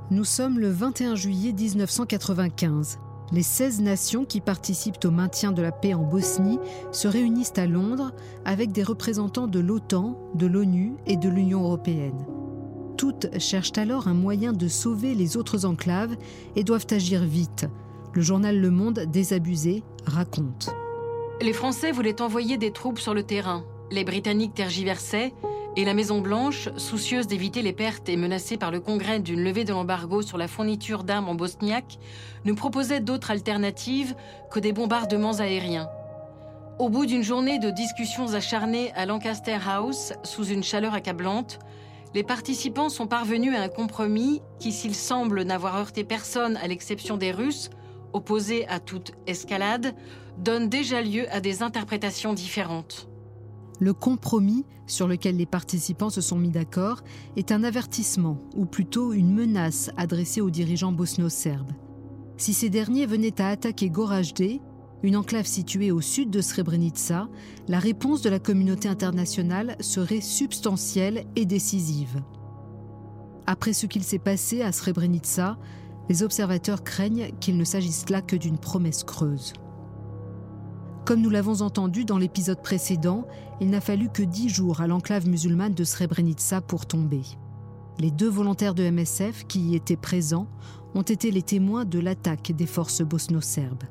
Nous sommes le 21 juillet 1995. Les 16 nations qui participent au maintien de la paix en Bosnie se réunissent à Londres avec des représentants de l'OTAN, de l'ONU et de l'Union européenne. Toutes cherchent alors un moyen de sauver les autres enclaves et doivent agir vite. Le journal Le Monde, désabusé, raconte. Les Français voulaient envoyer des troupes sur le terrain. Les Britanniques tergiversaient et la Maison-Blanche, soucieuse d'éviter les pertes et menacée par le Congrès d'une levée de l'embargo sur la fourniture d'armes en bosniaque, nous proposait d'autres alternatives que des bombardements aériens. Au bout d'une journée de discussions acharnées à Lancaster House, sous une chaleur accablante, les participants sont parvenus à un compromis qui, s'il semble n'avoir heurté personne à l'exception des Russes, opposés à toute escalade, donne déjà lieu à des interprétations différentes. Le compromis sur lequel les participants se sont mis d'accord est un avertissement, ou plutôt une menace adressée aux dirigeants bosno-serbes. Si ces derniers venaient à attaquer Goražde, une enclave située au sud de Srebrenica, la réponse de la communauté internationale serait substantielle et décisive. Après ce qu'il s'est passé à Srebrenica, les observateurs craignent qu'il ne s'agisse là que d'une promesse creuse. Comme nous l'avons entendu dans l'épisode précédent, il n'a fallu que 10 jours à l'enclave musulmane de Srebrenica pour tomber. Les 2 volontaires de MSF qui y étaient présents ont été les témoins de l'attaque des forces bosno-serbes.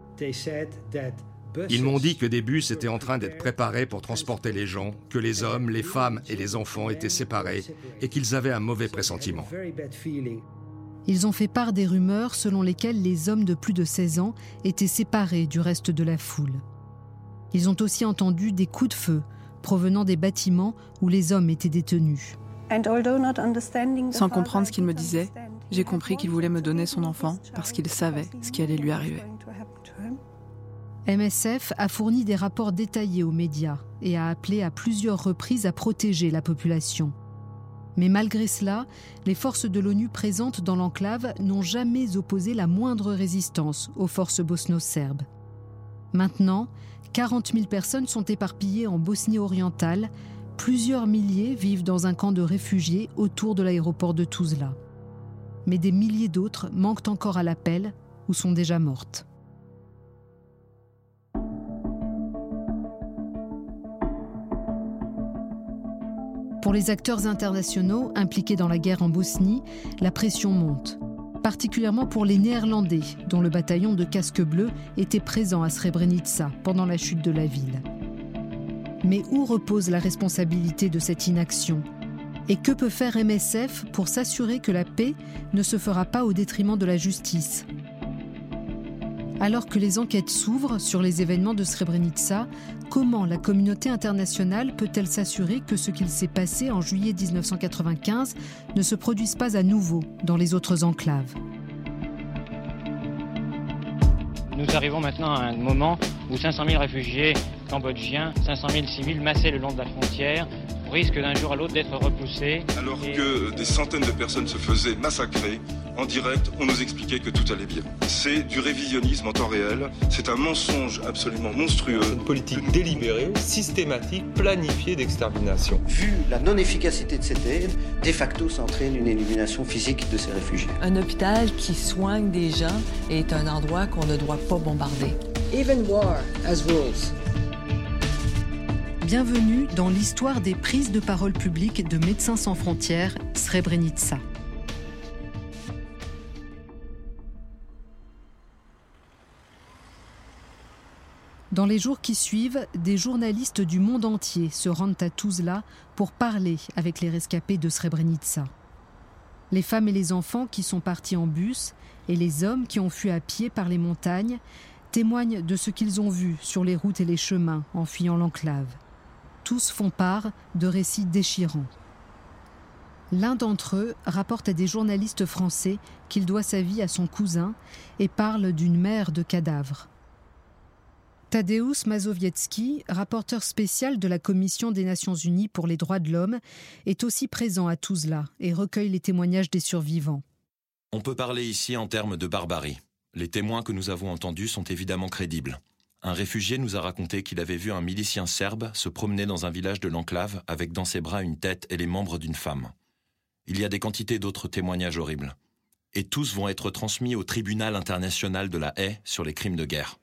Ils m'ont dit que des bus étaient en train d'être préparés pour transporter les gens, que les hommes, les femmes et les enfants étaient séparés et qu'ils avaient un mauvais pressentiment. Ils ont fait part des rumeurs selon lesquelles les hommes de plus de 16 ans étaient séparés du reste de la foule. Ils ont aussi entendu des coups de feu provenant des bâtiments où les hommes étaient détenus. Sans comprendre ce qu'il me disait, j'ai compris qu'il voulait me donner son enfant parce qu'il savait ce qui allait lui arriver. MSF a fourni des rapports détaillés aux médias et a appelé à plusieurs reprises à protéger la population. Mais malgré cela, les forces de l'ONU présentes dans l'enclave n'ont jamais opposé la moindre résistance aux forces bosno-serbes. Maintenant, 40 000 personnes sont éparpillées en Bosnie orientale. Plusieurs milliers vivent dans un camp de réfugiés autour de l'aéroport de Tuzla. Mais des milliers d'autres manquent encore à l'appel ou sont déjà mortes. Pour les acteurs internationaux impliqués dans la guerre en Bosnie, la pression monte. Particulièrement pour les Néerlandais, dont le bataillon de casques bleus était présent à Srebrenica pendant la chute de la ville. Mais où repose la responsabilité de cette inaction ? Et que peut faire MSF pour s'assurer que la paix ne se fera pas au détriment de la justice ? Alors que les enquêtes s'ouvrent sur les événements de Srebrenica, comment la communauté internationale peut-elle s'assurer que ce qu'il s'est passé en juillet 1995 ne se produise pas à nouveau dans les autres enclaves ? Nous arrivons maintenant à un moment où 500 000 réfugiés cambodgiens, 500 000 civils massés le long de la frontière, risquent d'un jour à l'autre d'être repoussés. Alors que des centaines de personnes se faisaient massacrer, en direct, on nous expliquait que tout allait bien. C'est du révisionnisme en temps réel, c'est un mensonge absolument monstrueux. Une politique délibérée, systématique, planifiée d'extermination. Vu la non-efficacité de cette aide, de facto, ça entraîne une élimination physique de ces réfugiés. Un hôpital qui soigne des gens est un endroit qu'on ne doit pas bombarder. Even war has rules. Bienvenue dans l'histoire des prises de parole publiques de Médecins sans frontières, Srebrenica. Dans les jours qui suivent, des journalistes du monde entier se rendent à Tuzla pour parler avec les rescapés de Srebrenica. Les femmes et les enfants qui sont partis en bus et les hommes qui ont fui à pied par les montagnes témoignent de ce qu'ils ont vu sur les routes et les chemins en fuyant l'enclave. Tous font part de récits déchirants. L'un d'entre eux rapporte à des journalistes français qu'il doit sa vie à son cousin et parle d'une mer de cadavres. Tadeusz Mazowiecki, rapporteur spécial de la Commission des Nations Unies pour les droits de l'homme, est aussi présent à Tuzla et recueille les témoignages des survivants. On peut parler ici en termes de barbarie. Les témoins que nous avons entendus sont évidemment crédibles. Un réfugié nous a raconté qu'il avait vu un milicien serbe se promener dans un village de l'enclave avec dans ses bras une tête et les membres d'une femme. Il y a des quantités d'autres témoignages horribles. et tous vont être transmis au tribunal international de la Haye sur les crimes de guerre.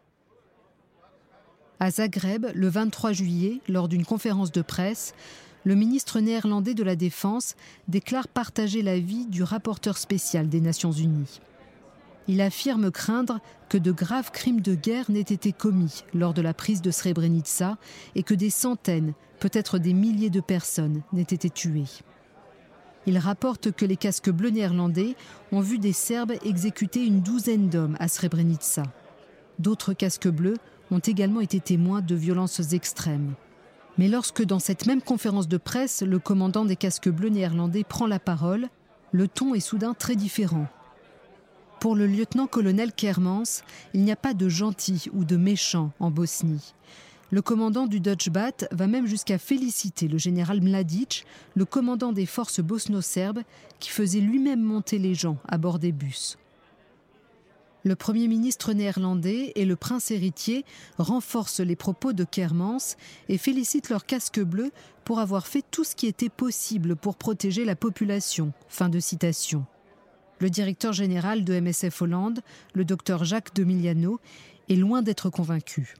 À Zagreb, le 23 juillet, lors d'une conférence de presse, le ministre néerlandais de la Défense déclare partager l'avis du rapporteur spécial des Nations Unies. Il affirme craindre que de graves crimes de guerre n'aient été commis lors de la prise de Srebrenica et que des centaines, peut-être des milliers de personnes n'aient été tuées. Il rapporte que les casques bleus néerlandais ont vu des Serbes exécuter une douzaine d'hommes à Srebrenica. D'autres casques bleus ont également été témoins de violences extrêmes. Mais lorsque, dans cette même conférence de presse, le commandant des casques bleus néerlandais prend la parole, le ton est soudain très différent. Pour le lieutenant-colonel Kermans, il n'y a pas de gentils ou de méchants en Bosnie. Le commandant du Dutch Bat va même jusqu'à féliciter le général Mladic, le commandant des forces bosno-serbes, qui faisait lui-même monter les gens à bord des bus. Le Premier ministre néerlandais et le prince héritier renforcent les propos de Kermans et félicitent leur casque bleu pour avoir fait tout ce qui était possible pour protéger la population. Fin de citation. Le directeur général de MSF Hollande, le docteur Jacques de Miliano, est loin d'être convaincu.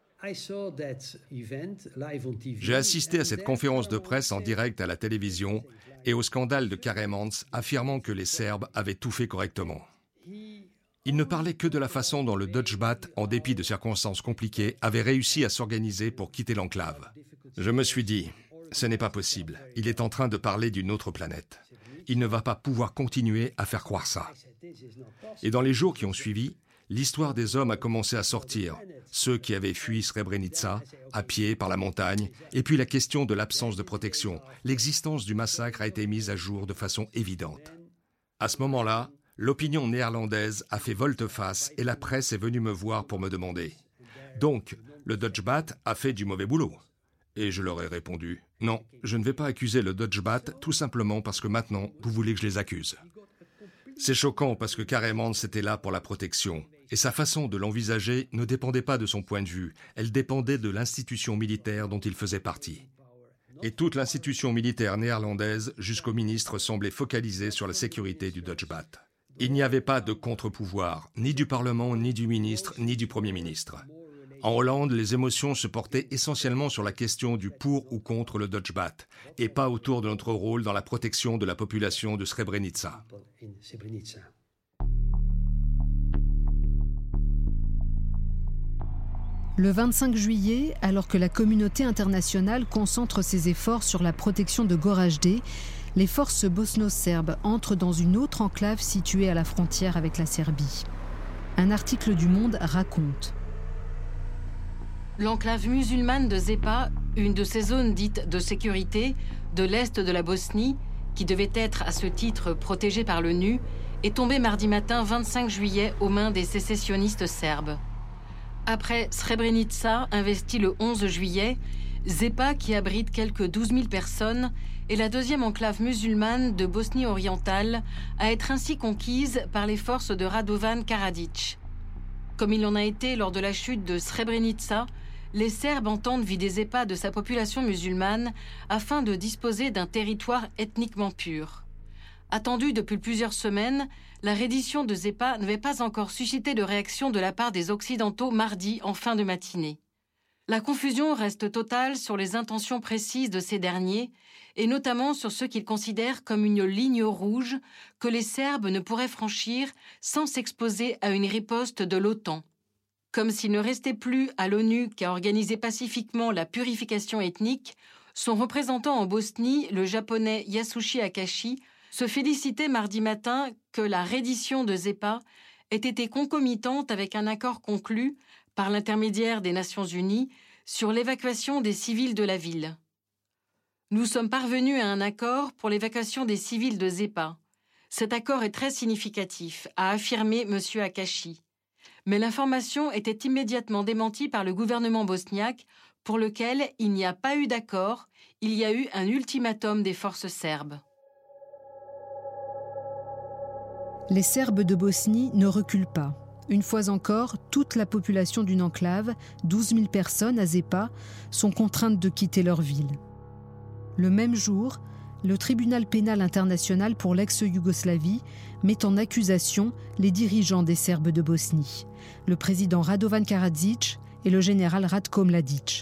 J'ai assisté à cette conférence de presse en direct à la télévision et au scandale de Kermans affirmant que les Serbes avaient tout fait correctement. Il ne parlait que de la façon dont le Dutch Bat, en dépit de circonstances compliquées, avait réussi à s'organiser pour quitter l'enclave. Je me suis dit, ce n'est pas possible, il est en train de parler d'une autre planète. Il ne va pas pouvoir continuer à faire croire ça. Et dans les jours qui ont suivi, l'histoire des hommes a commencé à sortir. Ceux qui avaient fui Srebrenica, à pied, par la montagne, et puis la question de l'absence de protection. L'existence du massacre a été mise à jour de façon évidente. À ce moment-là, l'opinion néerlandaise a fait volte-face et la presse est venue me voir pour me demander. Donc, le Dutch Bat a fait du mauvais boulot. Et je leur ai répondu, non, je ne vais pas accuser le Dutch Bat tout simplement parce que maintenant, vous voulez que je les accuse. C'est choquant parce que Kermans était là pour la protection. Et sa façon de l'envisager ne dépendait pas de son point de vue, elle dépendait de l'institution militaire dont il faisait partie. Et toute l'institution militaire néerlandaise, jusqu'au ministre, semblait focalisée sur la sécurité du Dutch Bat. Il n'y avait pas de contre-pouvoir, ni du Parlement, ni du ministre, ni du Premier ministre. En Hollande, les émotions se portaient essentiellement sur la question du pour ou contre le Dutch Bat, et pas autour de notre rôle dans la protection de la population de Srebrenica. Le 25 juillet, alors que la communauté internationale concentre ses efforts sur la protection de Goražde, les forces bosno-serbes entrent dans une autre enclave située à la frontière avec la Serbie. Un article du Monde raconte. L'enclave musulmane de Zepa, une de ces zones dites de sécurité de l'est de la Bosnie, qui devait être à ce titre protégée par l'ONU, est tombée mardi matin 25 juillet aux mains des sécessionnistes serbes. Après Srebrenica, investie le 11 juillet, Zepa, qui abrite quelques 12 000 personnes, est la deuxième enclave musulmane de Bosnie orientale à être ainsi conquise par les forces de Radovan Karadzic. Comme il en a été lors de la chute de Srebrenica, les Serbes entendent vider Zepa de sa population musulmane afin de disposer d'un territoire ethniquement pur. Attendue depuis plusieurs semaines, la reddition de Zepa n'avait pas encore suscité de réaction de la part des Occidentaux mardi en fin de matinée. La confusion reste totale sur les intentions précises de ces derniers, et notamment sur ce qu'ils considèrent comme une ligne rouge que les Serbes ne pourraient franchir sans s'exposer à une riposte de l'OTAN. Comme s'il ne restait plus à l'ONU qu'à organiser pacifiquement la purification ethnique, son représentant en Bosnie, le japonais Yasushi Akashi, se félicitait mardi matin que la reddition de Zepa ait été concomitante avec un accord conclu par l'intermédiaire des Nations Unies sur l'évacuation des civils de la ville. Nous sommes parvenus à un accord pour l'évacuation des civils de Zepa. Cet accord est très significatif, a affirmé M. Akashi. Mais l'information était immédiatement démentie par le gouvernement bosniaque, pour lequel il n'y a pas eu d'accord, il y a eu un ultimatum des forces serbes. Les Serbes de Bosnie ne reculent pas. Une fois encore, toute la population d'une enclave, 12 000 personnes à Zepa, sont contraintes de quitter leur ville. Le même jour, le tribunal pénal international pour l'ex-Yougoslavie met en accusation les dirigeants des Serbes de Bosnie, le président Radovan Karadzic et le général Ratko Mladic.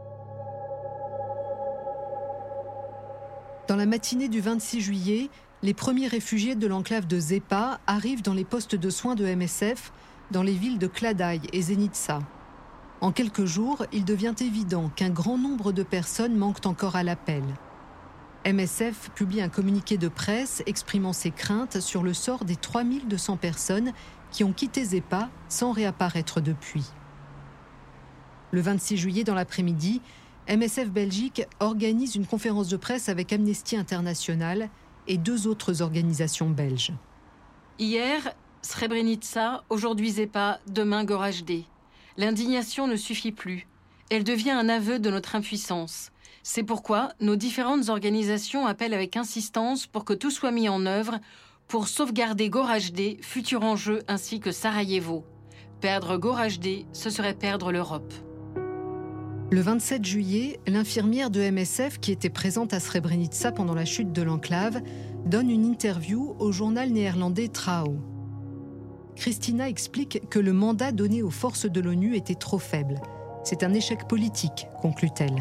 Dans la matinée du 26 juillet, les premiers réfugiés de l'enclave de Zepa arrivent dans les postes de soins de MSF dans les villes de Kladaj et Zenica. En quelques jours, il devient évident qu'un grand nombre de personnes manquent encore à l'appel. MSF publie un communiqué de presse exprimant ses craintes sur le sort des 3200 personnes qui ont quitté Zepa sans réapparaître depuis. Le 26 juillet dans l'après-midi, MSF Belgique organise une conférence de presse avec Amnesty International et 2 autres organisations belges. Hier, Srebrenica, aujourd'hui Zepa, demain Goražde. L'indignation ne suffit plus. Elle devient un aveu de notre impuissance. C'est pourquoi nos différentes organisations appellent avec insistance pour que tout soit mis en œuvre pour sauvegarder Goražde, futur enjeu, ainsi que Sarajevo. Perdre Goražde, ce serait perdre l'Europe. Le 27 juillet, l'infirmière de MSF qui était présente à Srebrenica pendant la chute de l'enclave donne une interview au journal néerlandais Trouw. Christina explique que le mandat donné aux forces de l'ONU était trop faible. C'est un échec politique, conclut-elle.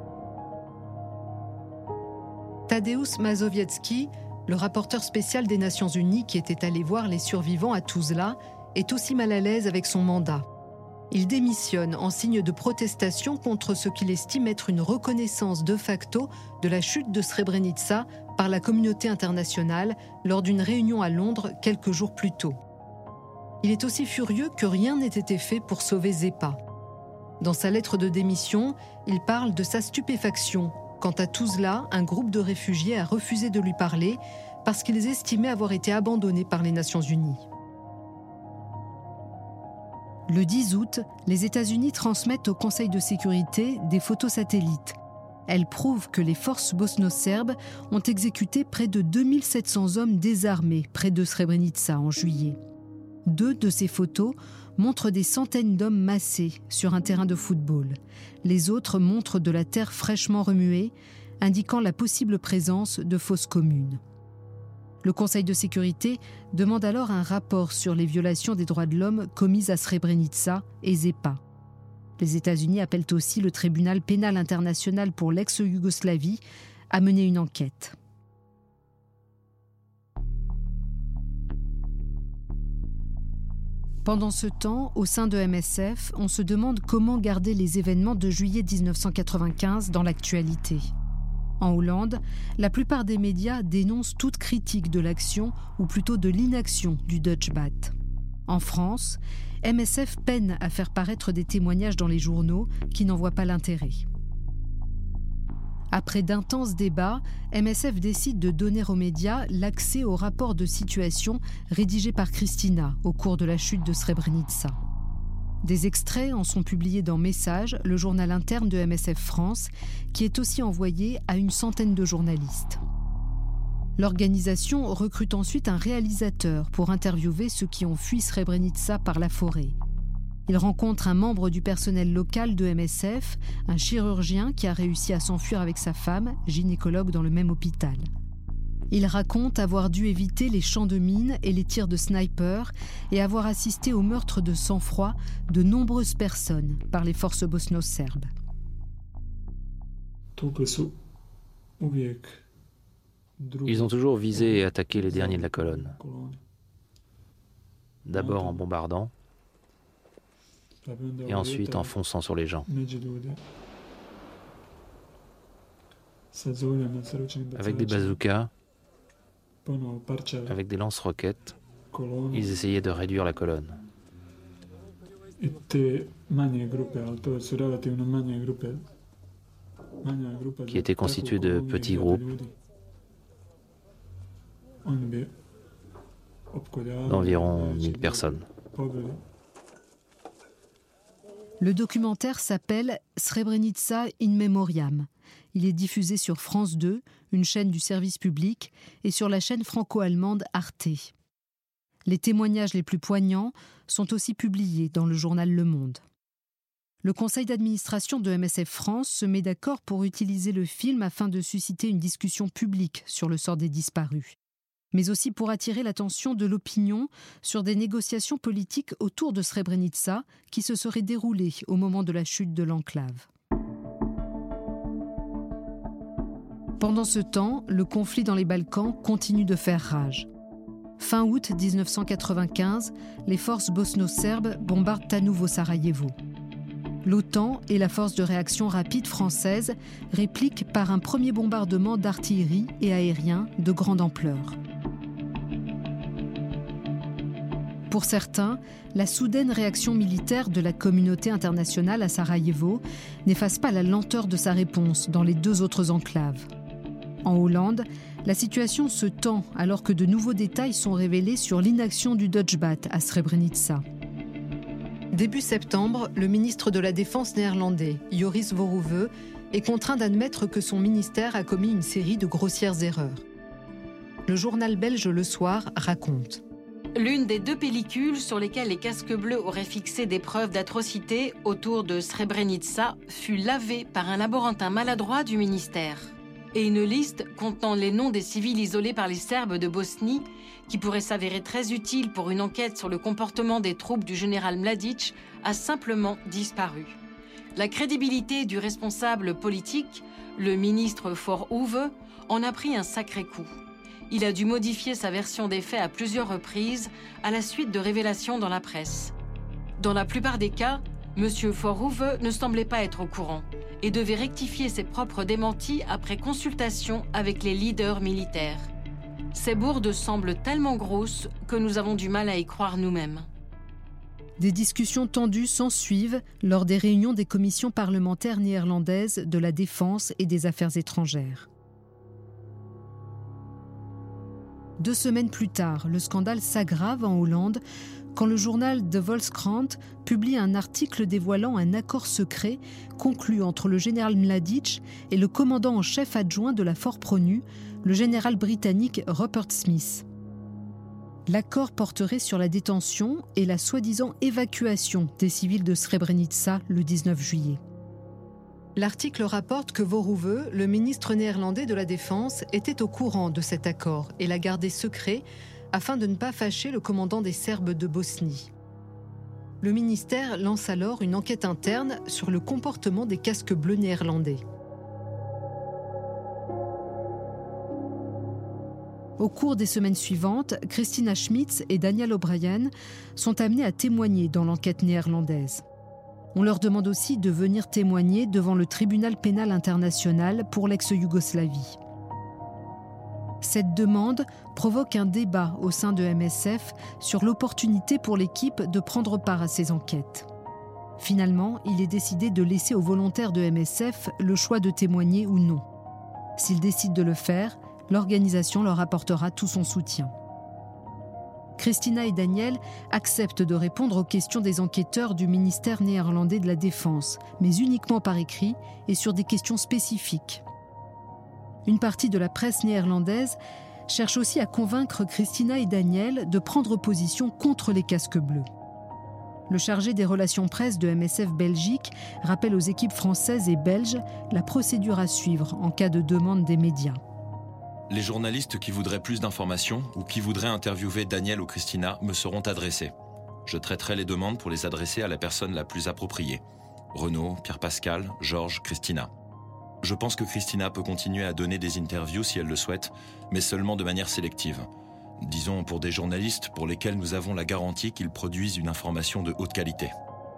Tadeusz Mazowiecki, le rapporteur spécial des Nations Unies qui était allé voir les survivants à Tuzla, est aussi mal à l'aise avec son mandat. Il démissionne en signe de protestation contre ce qu'il estime être une reconnaissance de facto de la chute de Srebrenica par la communauté internationale lors d'une réunion à Londres quelques jours plus tôt. Il est aussi furieux que rien n'ait été fait pour sauver Zepa. Dans sa lettre de démission, il parle de sa stupéfaction quand à Tuzla, un groupe de réfugiés a refusé de lui parler parce qu'ils estimaient avoir été abandonnés par les Nations Unies. Le 10 août, les États-Unis transmettent au Conseil de sécurité des photos satellites. Elles prouvent que les forces bosno-serbes ont exécuté près de 2700 hommes désarmés près de Srebrenica en juillet. 2 de ces photos montrent des centaines d'hommes massés sur un terrain de football. Les autres montrent de la terre fraîchement remuée, indiquant la possible présence de fosses communes. Le Conseil de sécurité demande alors un rapport sur les violations des droits de l'homme commises à Srebrenica et Zepa. Les États-Unis appellent aussi le tribunal pénal international pour l'ex-Yougoslavie à mener une enquête. Pendant ce temps, au sein de MSF, on se demande comment garder les événements de juillet 1995 dans l'actualité. En Hollande, la plupart des médias dénoncent toute critique de l'action, ou plutôt de l'inaction du Dutch Bat. En France, MSF peine à faire paraître des témoignages dans les journaux qui n'en voient pas l'intérêt. Après d'intenses débats, MSF décide de donner aux médias l'accès au rapport de situation rédigé par Christina au cours de la chute de Srebrenica. Des extraits en sont publiés dans Message, le journal interne de MSF France, qui est aussi envoyé à une centaine de journalistes. L'organisation recrute ensuite un réalisateur pour interviewer ceux qui ont fui Srebrenica par la forêt. Il rencontre un membre du personnel local de MSF, un chirurgien qui a réussi à s'enfuir avec sa femme, gynécologue dans le même hôpital. Il raconte avoir dû éviter les champs de mines et les tirs de sniper et avoir assisté au meurtre de sang-froid de nombreuses personnes par les forces bosno-serbes. Ils ont toujours visé et attaqué les derniers de la colonne. D'abord en bombardant, et ensuite en fonçant sur les gens. Avec des bazookas, avec des lance-roquettes, ils essayaient de réduire la colonne. Qui était constituée de petits groupes d'environ 1000 personnes. Le documentaire s'appelle Srebrenica in Memoriam. Il est diffusé sur France 2, une chaîne du service public, et sur la chaîne franco-allemande Arte. Les témoignages les plus poignants sont aussi publiés dans le journal Le Monde. Le conseil d'administration de MSF France se met d'accord pour utiliser le film afin de susciter une discussion publique sur le sort des disparus, mais aussi pour attirer l'attention de l'opinion sur des négociations politiques autour de Srebrenica qui se seraient déroulées au moment de la chute de l'enclave. Pendant ce temps, le conflit dans les Balkans continue de faire rage. Fin août 1995, les forces bosno-serbes bombardent à nouveau Sarajevo. L'OTAN et la force de réaction rapide française répliquent par un premier bombardement d'artillerie et aérien de grande ampleur. Pour certains, la soudaine réaction militaire de la communauté internationale à Sarajevo n'efface pas la lenteur de sa réponse dans les deux autres enclaves. En Hollande, la situation se tend alors que de nouveaux détails sont révélés sur l'inaction du Dutchbat à Srebrenica. Début septembre, le ministre de la Défense néerlandais, Joris Verheugen, est contraint d'admettre que son ministère a commis une série de grossières erreurs. Le journal belge Le Soir raconte: L'une des deux pellicules sur lesquelles les casques bleus auraient fixé des preuves d'atrocité autour de Srebrenica fut lavée par un laborantin maladroit du ministère. Et une liste contenant les noms des civils isolés par les Serbes de Bosnie, qui pourrait s'avérer très utile pour une enquête sur le comportement des troupes du général Mladic, a simplement disparu. La crédibilité du responsable politique, le ministre Verheugen, en a pris un sacré coup. Il a dû modifier sa version des faits à plusieurs reprises à la suite de révélations dans la presse. Dans la plupart des cas, M. Verheugen ne semblait pas être au courant et devait rectifier ses propres démentis après consultation avec les leaders militaires. Ces bourdes semblent tellement grosses que nous avons du mal à y croire nous-mêmes. Des discussions tendues s'ensuivent lors des réunions des commissions parlementaires néerlandaises de la Défense et des Affaires étrangères. 2 semaines plus tard, le scandale s'aggrave en Hollande quand le journal De Volkskrant publie un article dévoilant un accord secret conclu entre le général Mladic et le commandant en chef adjoint de la Fort Pronu, le général britannique Rupert Smith. L'accord porterait sur la détention et la soi-disant évacuation des civils de Srebrenica le 19 juillet. L'article rapporte que Verheugen, le ministre néerlandais de la Défense, était au courant de cet accord et l'a gardé secret afin de ne pas fâcher le commandant des Serbes de Bosnie. Le ministère lance alors une enquête interne sur le comportement des casques bleus néerlandais. Au cours des semaines suivantes, Christina Schmitz et Daniel O'Brien sont amenés à témoigner dans l'enquête néerlandaise. On leur demande aussi de venir témoigner devant le tribunal pénal international pour l'ex-Yougoslavie. Cette demande provoque un débat au sein de MSF sur l'opportunité pour l'équipe de prendre part à ces enquêtes. Finalement, il est décidé de laisser aux volontaires de MSF le choix de témoigner ou non. S'ils décident de le faire, l'organisation leur apportera tout son soutien. Christina et Daniel acceptent de répondre aux questions des enquêteurs du ministère néerlandais de la Défense, mais uniquement par écrit et sur des questions spécifiques. Une partie de la presse néerlandaise cherche aussi à convaincre Christina et Daniel de prendre position contre les casques bleus. Le chargé des relations presse de MSF Belgique rappelle aux équipes françaises et belges la procédure à suivre en cas de demande des médias. Les journalistes qui voudraient plus d'informations ou qui voudraient interviewer Daniel ou Christina me seront adressés. Je traiterai les demandes pour les adresser à la personne la plus appropriée. Renaud, Pierre-Pascal, Georges, Christina. Je pense que Christina peut continuer à donner des interviews si elle le souhaite, mais seulement de manière sélective. Disons pour des journalistes pour lesquels nous avons la garantie qu'ils produisent une information de haute qualité.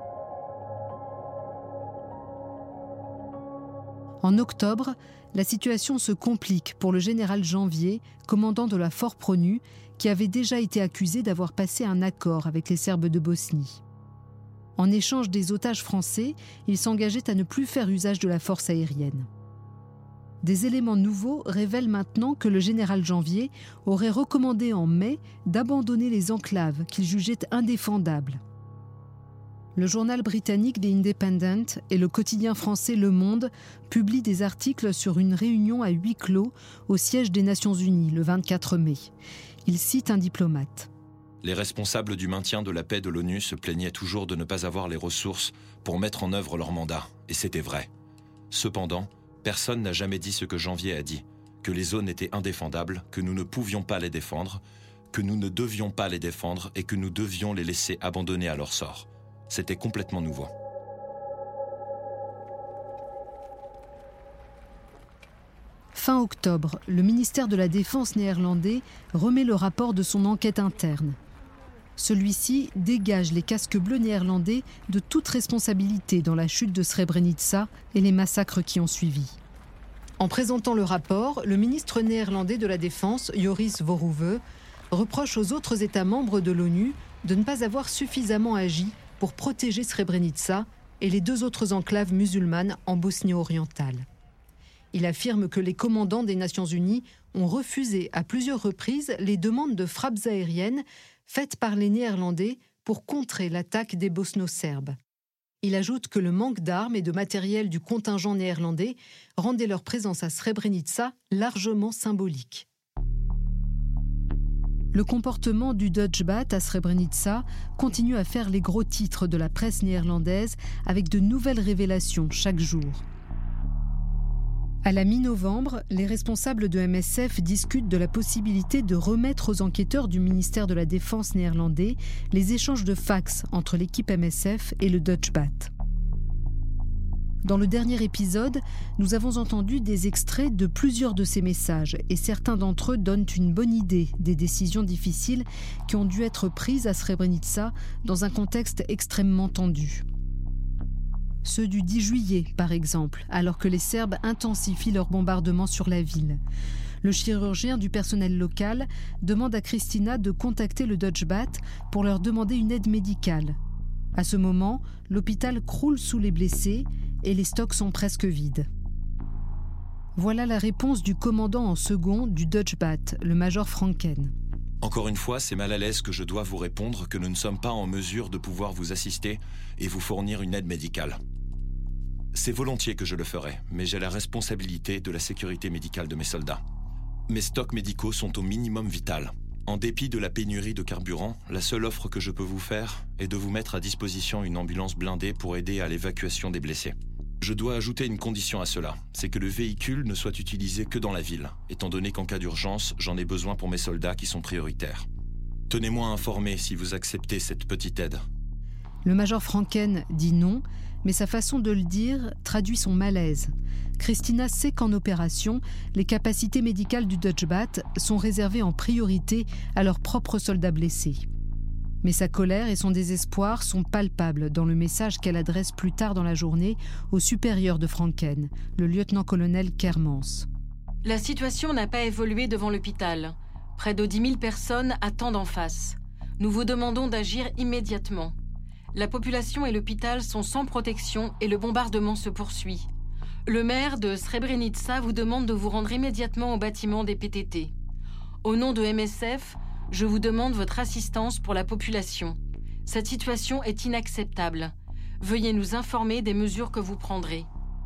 En octobre, la situation se complique pour le général Janvier, commandant de la Fort Pronu, qui avait déjà été accusé d'avoir passé un accord avec les Serbes de Bosnie. En échange des otages français, il s'engageait à ne plus faire usage de la force aérienne. Des éléments nouveaux révèlent maintenant que le général Janvier aurait recommandé en mai d'abandonner les enclaves qu'il jugeait indéfendables. Le journal britannique The Independent et le quotidien français Le Monde publient des articles sur une réunion à huis clos au siège des Nations Unies le 24 mai. Ils citent un diplomate. Les responsables du maintien de la paix de l'ONU se plaignaient toujours de ne pas avoir les ressources pour mettre en œuvre leur mandat, et c'était vrai. Cependant, personne n'a jamais dit ce que Janvier a dit, que les zones étaient indéfendables, que nous ne pouvions pas les défendre, que nous ne devions pas les défendre et que nous devions les laisser abandonner à leur sort. C'était complètement nouveau. Fin octobre, le ministère de la Défense néerlandais remet le rapport de son enquête interne. Celui-ci dégage les casques bleus néerlandais de toute responsabilité dans la chute de Srebrenica et les massacres qui ont suivi. En présentant le rapport, le ministre néerlandais de la Défense, Joris Verhoeven, reproche aux autres États membres de l'ONU de ne pas avoir suffisamment agi pour protéger Srebrenica et les 2 autres enclaves musulmanes en Bosnie-Orientale. Il affirme que les commandants des Nations Unies ont refusé à plusieurs reprises les demandes de frappes aériennes faites par les Néerlandais pour contrer l'attaque des Bosno-Serbes. Il ajoute que le manque d'armes et de matériel du contingent néerlandais rendait leur présence à Srebrenica largement symbolique. Le comportement du Dutchbat à Srebrenica continue à faire les gros titres de la presse néerlandaise avec de nouvelles révélations chaque jour. À la mi-novembre, les responsables de MSF discutent de la possibilité de remettre aux enquêteurs du ministère de la Défense néerlandais les échanges de fax entre l'équipe MSF et le Dutchbat. Dans le dernier épisode, nous avons entendu des extraits de plusieurs de ces messages et certains d'entre eux donnent une bonne idée des décisions difficiles qui ont dû être prises à Srebrenica dans un contexte extrêmement tendu. Ceux du 10 juillet, par exemple, alors que les Serbes intensifient leur bombardement sur la ville. Le chirurgien du personnel local demande à Kristina de contacter le Dutchbat pour leur demander une aide médicale. À ce moment, l'hôpital croule sous les blessés et les stocks sont presque vides. Voilà la réponse du commandant en second du Dutchbat, le major Franken. Encore une fois, c'est mal à l'aise que je dois vous répondre que nous ne sommes pas en mesure de pouvoir vous assister et vous fournir une aide médicale. C'est volontiers que je le ferai, mais j'ai la responsabilité de la sécurité médicale de mes soldats. Mes stocks médicaux sont au minimum vital. En dépit de la pénurie de carburant, la seule offre que je peux vous faire est de vous mettre à disposition une ambulance blindée pour aider à l'évacuation des blessés. Je dois ajouter une condition à cela, c'est que le véhicule ne soit utilisé que dans la ville, étant donné qu'en cas d'urgence, j'en ai besoin pour mes soldats qui sont prioritaires. Tenez-moi informé si vous acceptez cette petite aide. Le major Franken dit non, mais sa façon de le dire traduit son malaise. Kristina sait qu'en opération, les capacités médicales du Dutchbat sont réservées en priorité à leurs propres soldats blessés. Mais sa colère et son désespoir sont palpables dans le message qu'elle adresse plus tard dans la journée au supérieur de Franken, le lieutenant-colonel Kermans. La situation n'a pas évolué devant l'hôpital. Près de 10 000 personnes attendent en face. Nous vous demandons d'agir immédiatement. La population et l'hôpital sont sans protection et le bombardement se poursuit. Le maire de Srebrenica vous demande de vous rendre immédiatement au bâtiment des PTT. Au nom de MSF, je vous demande votre assistance pour la population. Cette situation est inacceptable. Veuillez nous informer des mesures que vous prendrez.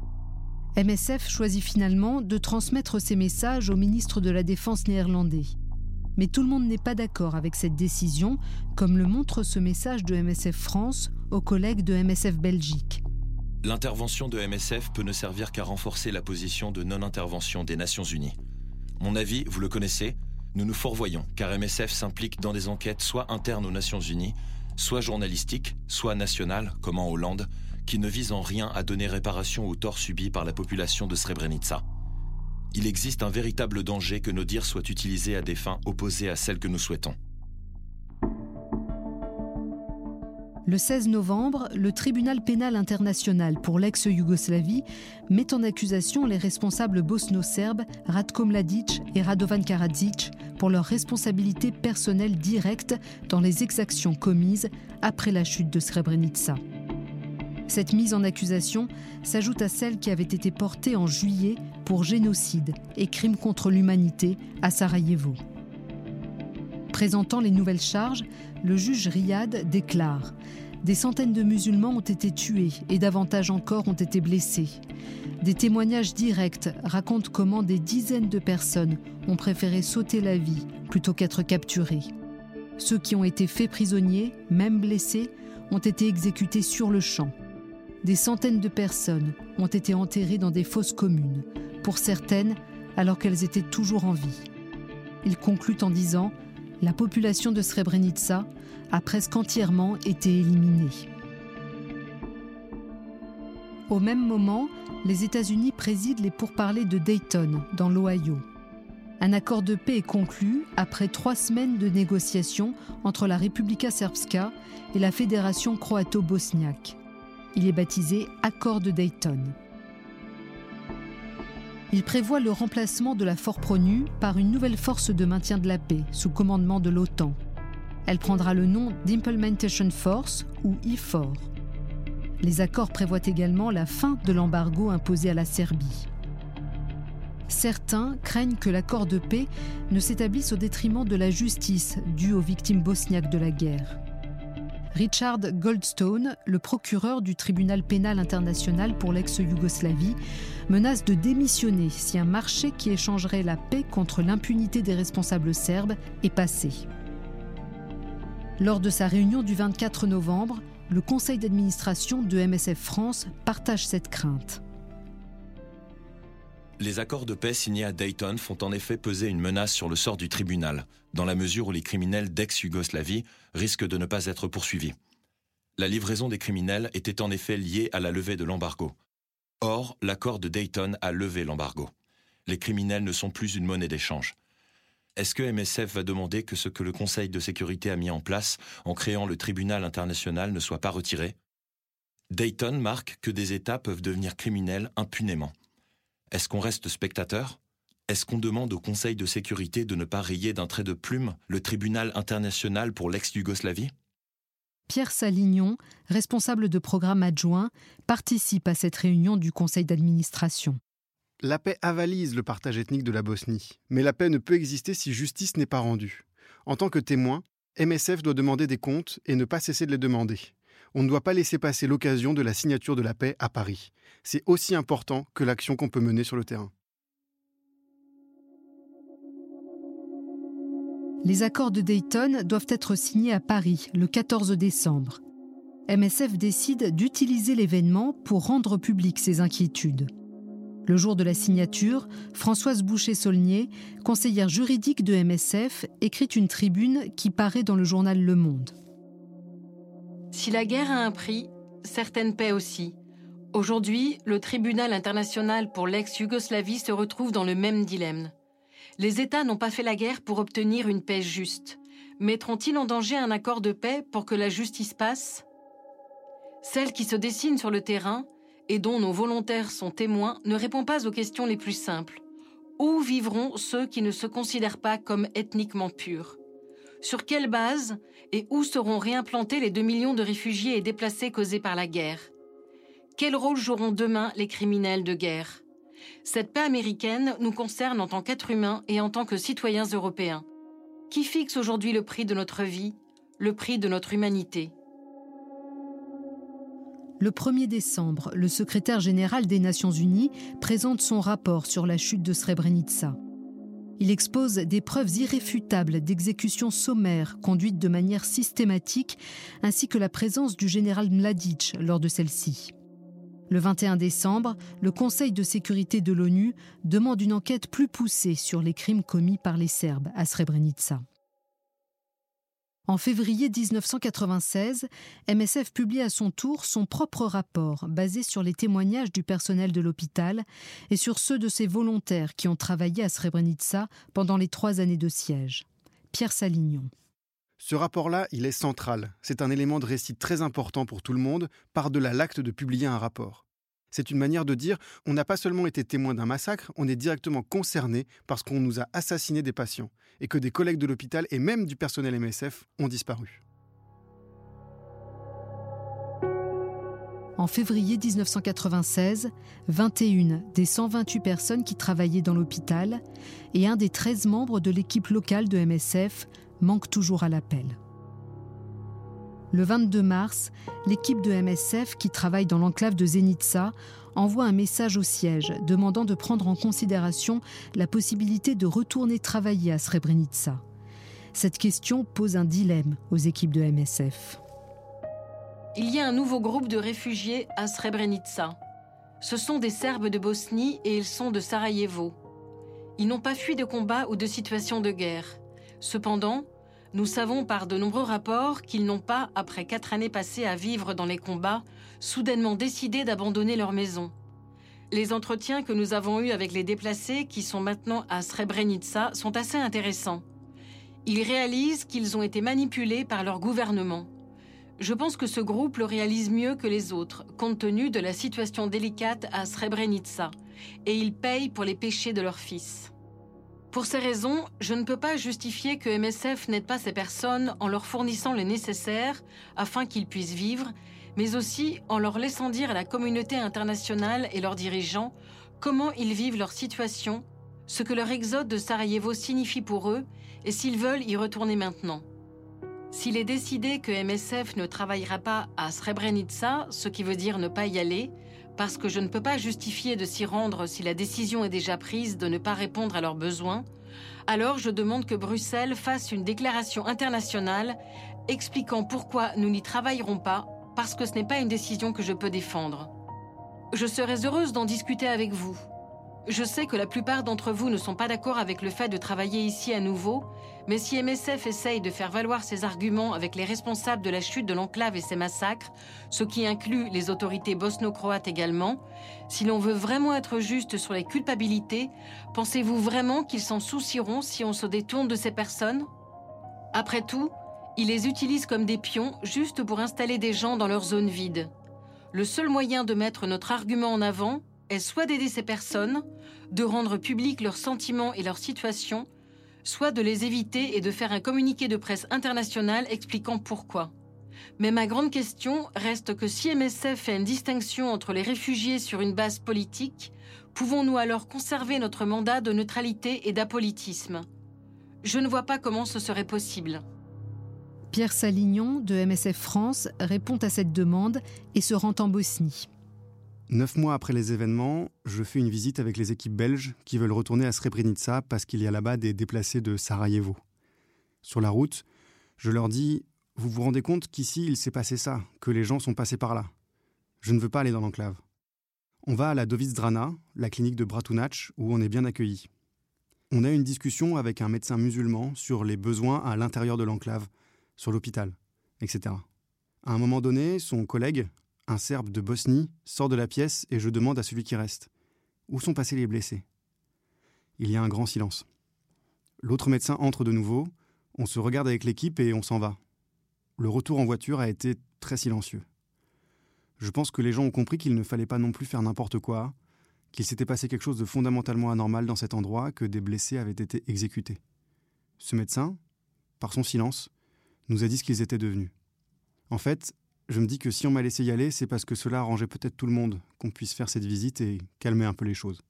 MSF choisit finalement de transmettre ces messages au ministre de la Défense néerlandais. Mais tout le monde n'est pas d'accord avec cette décision, comme le montre ce message de MSF France aux collègues de MSF Belgique. L'intervention de MSF peut ne servir qu'à renforcer la position de non-intervention des Nations Unies. Mon avis, vous le connaissez, nous nous fourvoyons, car MSF s'implique dans des enquêtes soit internes aux Nations Unies, soit journalistiques, soit nationales, comme en Hollande, qui ne visent en rien à donner réparation aux torts subis par la population de Srebrenica. Il existe un véritable danger que nos dires soient utilisés à des fins opposées à celles que nous souhaitons. Le 16 novembre, le tribunal pénal international pour l'ex-Yougoslavie met en accusation les responsables bosno-serbes Ratko Mladic et Radovan Karadzic pour leur responsabilité personnelle directe dans les exactions commises après la chute de Srebrenica. Cette mise en accusation s'ajoute à celle qui avait été portée en juillet pour génocide et crimes contre l'humanité à Sarajevo. Présentant les nouvelles charges, le juge Riyad déclare « Des centaines de musulmans ont été tués et davantage encore ont été blessés. Des témoignages directs racontent comment des dizaines de personnes ont préféré sauter la vie plutôt qu'être capturées. Ceux qui ont été faits prisonniers, même blessés, ont été exécutés sur le champ. Des centaines de personnes ont été enterrées dans des fosses communes, pour certaines alors qu'elles étaient toujours en vie. Il conclut en disant « La population de Srebrenica a presque entièrement été éliminée ». Au même moment, les États-Unis président les pourparlers de Dayton, dans l'Ohio. Un accord de paix est conclu après 3 semaines de négociations entre la Republika Srpska et la Fédération croato-bosniaque. Il est baptisé Accord de Dayton. Il prévoit le remplacement de la Force-Pronu par une nouvelle force de maintien de la paix sous commandement de l'OTAN. Elle prendra le nom d'Implementation Force ou IFOR. Les accords prévoient également la fin de l'embargo imposé à la Serbie. Certains craignent que l'accord de paix ne s'établisse au détriment de la justice due aux victimes bosniaques de la guerre. Richard Goldstone, le procureur du tribunal pénal international pour l'ex-Yougoslavie, menace de démissionner si un marché qui échangerait la paix contre l'impunité des responsables serbes est passé. Lors de sa réunion du 24 novembre, le conseil d'administration de MSF France partage cette crainte. Les accords de paix signés à Dayton font en effet peser une menace sur le sort du tribunal, dans la mesure où les criminels d'ex-Yougoslavie risquent de ne pas être poursuivis. La livraison des criminels était en effet liée à la levée de l'embargo. Or, l'accord de Dayton a levé l'embargo. Les criminels ne sont plus une monnaie d'échange. Est-ce que MSF va demander que ce que le Conseil de sécurité a mis en place en créant le tribunal international ne soit pas retiré ? Dayton marque que des États peuvent devenir criminels impunément. Est-ce qu'on reste spectateur ? Est-ce qu'on demande au Conseil de sécurité de ne pas rayer d'un trait de plume le tribunal international pour l'ex-Yougoslavie ? Pierre Salignon, responsable de programme adjoint, participe à cette réunion du Conseil d'administration. La paix avalise le partage ethnique de la Bosnie, mais la paix ne peut exister si justice n'est pas rendue. En tant que témoin, MSF doit demander des comptes et ne pas cesser de les demander. On ne doit pas laisser passer l'occasion de la signature de la paix à Paris. C'est aussi important que l'action qu'on peut mener sur le terrain. Les accords de Dayton doivent être signés à Paris le 14 décembre. MSF décide d'utiliser l'événement pour rendre publiques ses inquiétudes. Le jour de la signature, Françoise Boucher-Saulnier, conseillère juridique de MSF, écrit une tribune qui paraît dans le journal Le Monde. Si la guerre a un prix, certaines paix aussi. Aujourd'hui, le tribunal international pour l'ex-Yougoslavie se retrouve dans le même dilemme. Les États n'ont pas fait la guerre pour obtenir une paix juste. Mettront-ils en danger un accord de paix pour que la justice passe ? Celle qui se dessine sur le terrain et dont nos volontaires sont témoins ne répond pas aux questions les plus simples. Où vivront ceux qui ne se considèrent pas comme ethniquement purs ? Sur quelle base et où seront réimplantés les 2 millions de réfugiés et déplacés causés par la guerre ? Quel rôle joueront demain les criminels de guerre ? Cette paix américaine nous concerne en tant qu'êtres humains et en tant que citoyens européens. Qui fixe aujourd'hui le prix de notre vie, le prix de notre humanité ? Le 1er décembre, le secrétaire général des Nations Unies présente son rapport sur la chute de Srebrenica. Il expose des preuves irréfutables d'exécutions sommaires conduites de manière systématique, ainsi que la présence du général Mladic lors de celle-ci. Le 21 décembre, le Conseil de sécurité de l'ONU demande une enquête plus poussée sur les crimes commis par les Serbes à Srebrenica. En février 1996, MSF publie à son tour son propre rapport basé sur les témoignages du personnel de l'hôpital et sur ceux de ses volontaires qui ont travaillé à Srebrenica pendant les 3 années de siège. Pierre Salignon. Ce rapport-là, il est central. C'est un élément de récit très important pour tout le monde, par-delà l'acte de publier un rapport. C'est une manière de dire, on n'a pas seulement été témoin d'un massacre, on est directement concerné parce qu'on nous a assassiné des patients et que des collègues de l'hôpital et même du personnel MSF ont disparu. En février 1996, 21 des 128 personnes qui travaillaient dans l'hôpital et un des 13 membres de l'équipe locale de MSF manquent toujours à l'appel. Le 22 mars, l'équipe de MSF qui travaille dans l'enclave de Zenica envoie un message au siège demandant de prendre en considération la possibilité de retourner travailler à Srebrenica. Cette question pose un dilemme aux équipes de MSF. Il y a un nouveau groupe de réfugiés à Srebrenica. Ce sont des Serbes de Bosnie et ils sont de Sarajevo. Ils n'ont pas fui de combats ou de situations de guerre. Cependant, nous savons par de nombreux rapports qu'ils n'ont pas, après 4 années passées à vivre dans les combats, soudainement décidé d'abandonner leur maison. Les entretiens que nous avons eus avec les déplacés qui sont maintenant à Srebrenica sont assez intéressants. Ils réalisent qu'ils ont été manipulés par leur gouvernement. Je pense que ce groupe le réalise mieux que les autres, compte tenu de la situation délicate à Srebrenica, et ils payent pour les péchés de leurs fils. Pour ces raisons, je ne peux pas justifier que MSF n'aide pas ces personnes en leur fournissant le nécessaire afin qu'ils puissent vivre, mais aussi en leur laissant dire à la communauté internationale et leurs dirigeants comment ils vivent leur situation, ce que leur exode de Sarajevo signifie pour eux et s'ils veulent y retourner maintenant. S'il est décidé que MSF ne travaillera pas à Srebrenica, ce qui veut dire ne pas y aller, parce que je ne peux pas justifier de s'y rendre si la décision est déjà prise de ne pas répondre à leurs besoins, alors je demande que Bruxelles fasse une déclaration internationale expliquant pourquoi nous n'y travaillerons pas, parce que ce n'est pas une décision que je peux défendre. Je serais heureuse d'en discuter avec vous. Je sais que la plupart d'entre vous ne sont pas d'accord avec le fait de travailler ici à nouveau, mais si MSF essaye de faire valoir ses arguments avec les responsables de la chute de l'enclave et ses massacres, ce qui inclut les autorités bosno-croates également, si l'on veut vraiment être juste sur les culpabilités, pensez-vous vraiment qu'ils s'en soucieront si on se détourne de ces personnes? Après tout, ils les utilisent comme des pions juste pour installer des gens dans leur zone vide. Le seul moyen de mettre notre argument en avant est soit d'aider ces personnes, de rendre publics leurs sentiments et leur situation, soit de les éviter et de faire un communiqué de presse international expliquant pourquoi. Mais ma grande question reste que si MSF fait une distinction entre les réfugiés sur une base politique, pouvons-nous alors conserver notre mandat de neutralité et d'apolitisme? Je ne vois pas comment ce serait possible. Pierre Salignon, de MSF France, répond à cette demande et se rend en Bosnie. 9 mois après les événements, je fais une visite avec les équipes belges qui veulent retourner à Srebrenica parce qu'il y a là-bas des déplacés de Sarajevo. Sur la route, je leur dis « Vous vous rendez compte qu'ici, il s'est passé ça, que les gens sont passés par là. Je ne veux pas aller dans l'enclave. » On va à la Dovizdrana, la clinique de Bratunac, où on est bien accueillis. On a une discussion avec un médecin musulman sur les besoins à l'intérieur de l'enclave, sur l'hôpital, etc. À un moment donné, son collègue, un Serbe de Bosnie, sort de la pièce et je demande à celui qui reste « Où sont passés les blessés ?» Il y a un grand silence. L'autre médecin entre de nouveau, on se regarde avec l'équipe et on s'en va. Le retour en voiture a été très silencieux. Je pense que les gens ont compris qu'il ne fallait pas non plus faire n'importe quoi, qu'il s'était passé quelque chose de fondamentalement anormal dans cet endroit, que des blessés avaient été exécutés. Ce médecin, par son silence, nous a dit ce qu'ils étaient devenus. En fait, je me dis que si on m'a laissé y aller, c'est parce que cela arrangeait peut-être tout le monde, qu'on puisse faire cette visite et calmer un peu les choses.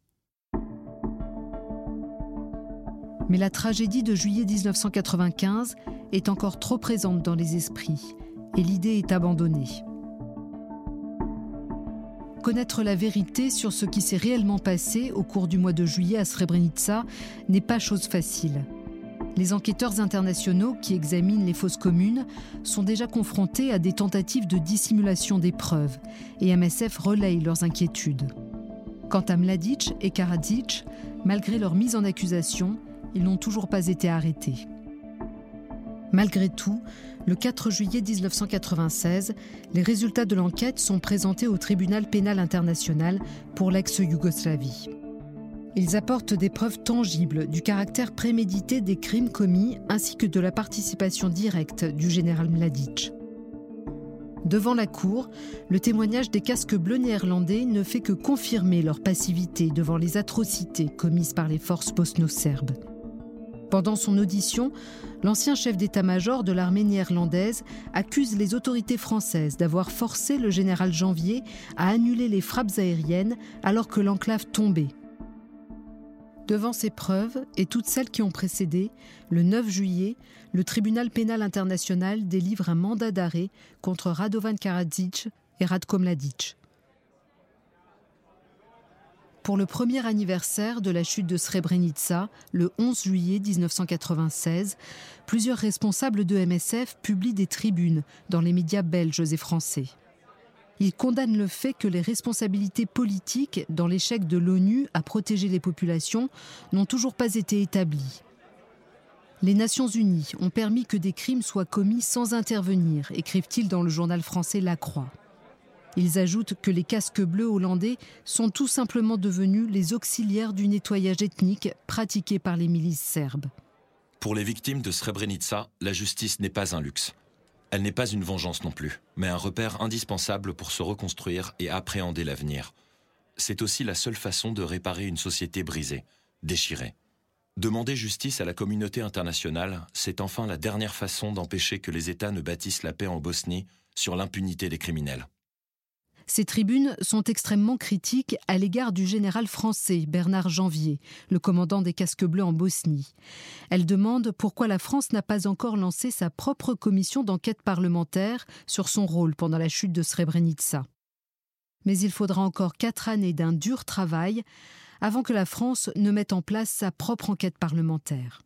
Mais la tragédie de juillet 1995 est encore trop présente dans les esprits et l'idée est abandonnée. Connaître la vérité sur ce qui s'est réellement passé au cours du mois de juillet à Srebrenica n'est pas chose facile. Les enquêteurs internationaux qui examinent les fosses communes sont déjà confrontés à des tentatives de dissimulation des preuves et MSF relaye leurs inquiétudes. Quant à Mladic et Karadzic, malgré leur mise en accusation, ils n'ont toujours pas été arrêtés. Malgré tout, le 4 juillet 1996, les résultats de l'enquête sont présentés au tribunal pénal international pour l'ex-Yougoslavie. Ils apportent des preuves tangibles du caractère prémédité des crimes commis ainsi que de la participation directe du général Mladic. Devant la cour, le témoignage des casques bleus néerlandais ne fait que confirmer leur passivité devant les atrocités commises par les forces bosno-serbes. Pendant son audition, l'ancien chef d'état-major de l'armée néerlandaise accuse les autorités françaises d'avoir forcé le général Janvier à annuler les frappes aériennes alors que l'enclave tombait. Devant ces preuves et toutes celles qui ont précédé, le 9 juillet, le tribunal pénal international délivre un mandat d'arrêt contre Radovan Karadzic et Ratko Mladic. Pour le premier anniversaire de la chute de Srebrenica, le 11 juillet 1996, plusieurs responsables de MSF publient des tribunes dans les médias belges et français. Ils condamnent le fait que les responsabilités politiques dans l'échec de l'ONU à protéger les populations n'ont toujours pas été établies. Les Nations Unies ont permis que des crimes soient commis sans intervenir, écrivent-ils dans le journal français La Croix. Ils ajoutent que les casques bleus hollandais sont tout simplement devenus les auxiliaires du nettoyage ethnique pratiqué par les milices serbes. Pour les victimes de Srebrenica, la justice n'est pas un luxe. Elle n'est pas une vengeance non plus, mais un repère indispensable pour se reconstruire et appréhender l'avenir. C'est aussi la seule façon de réparer une société brisée, déchirée. Demander justice à la communauté internationale, c'est enfin la dernière façon d'empêcher que les États ne bâtissent la paix en Bosnie sur l'impunité des criminels. Ces tribunes sont extrêmement critiques à l'égard du général français Bernard Janvier, le commandant des casques bleus en Bosnie. Elles demandent pourquoi la France n'a pas encore lancé sa propre commission d'enquête parlementaire sur son rôle pendant la chute de Srebrenica. Mais il faudra encore 4 années d'un dur travail avant que la France ne mette en place sa propre enquête parlementaire.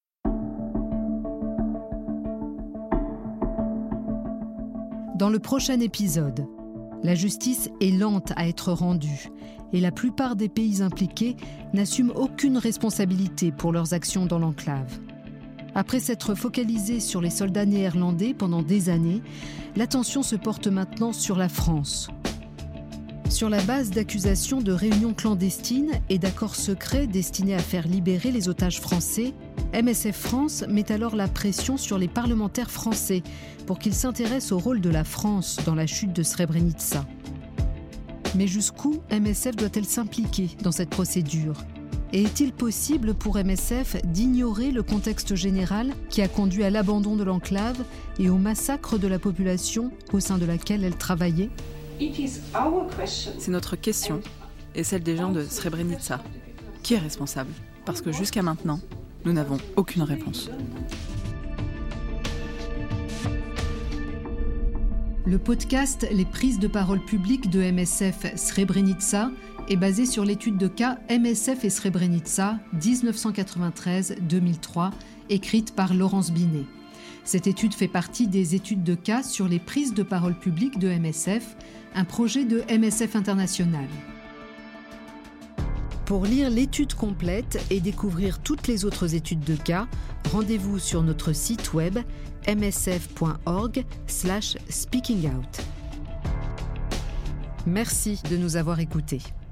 Dans le prochain épisode, la justice est lente à être rendue et la plupart des pays impliqués n'assument aucune responsabilité pour leurs actions dans l'enclave. Après s'être focalisé sur les soldats néerlandais pendant des années, l'attention se porte maintenant sur la France. Sur la base d'accusations de réunions clandestines et d'accords secrets destinés à faire libérer les otages français, MSF France met alors la pression sur les parlementaires français pour qu'ils s'intéressent au rôle de la France dans la chute de Srebrenica. Mais jusqu'où MSF doit-elle s'impliquer dans cette procédure ? Et est-il possible pour MSF d'ignorer le contexte général qui a conduit à l'abandon de l'enclave et au massacre de la population au sein de laquelle elle travaillait ? C'est notre question et celle des gens de Srebrenica. Qui est responsable ? Parce que jusqu'à maintenant, nous n'avons aucune réponse. Le podcast Les prises de parole publiques de MSF Srebrenica est basé sur l'étude de cas MSF et Srebrenica 1993-2003, écrite par Laurence Binet. Cette étude fait partie des études de cas sur les prises de parole publiques de MSF, un projet de MSF International. Pour lire l'étude complète et découvrir toutes les autres études de cas, rendez-vous sur notre site web msf.org/speakingout. Merci de nous avoir écoutés.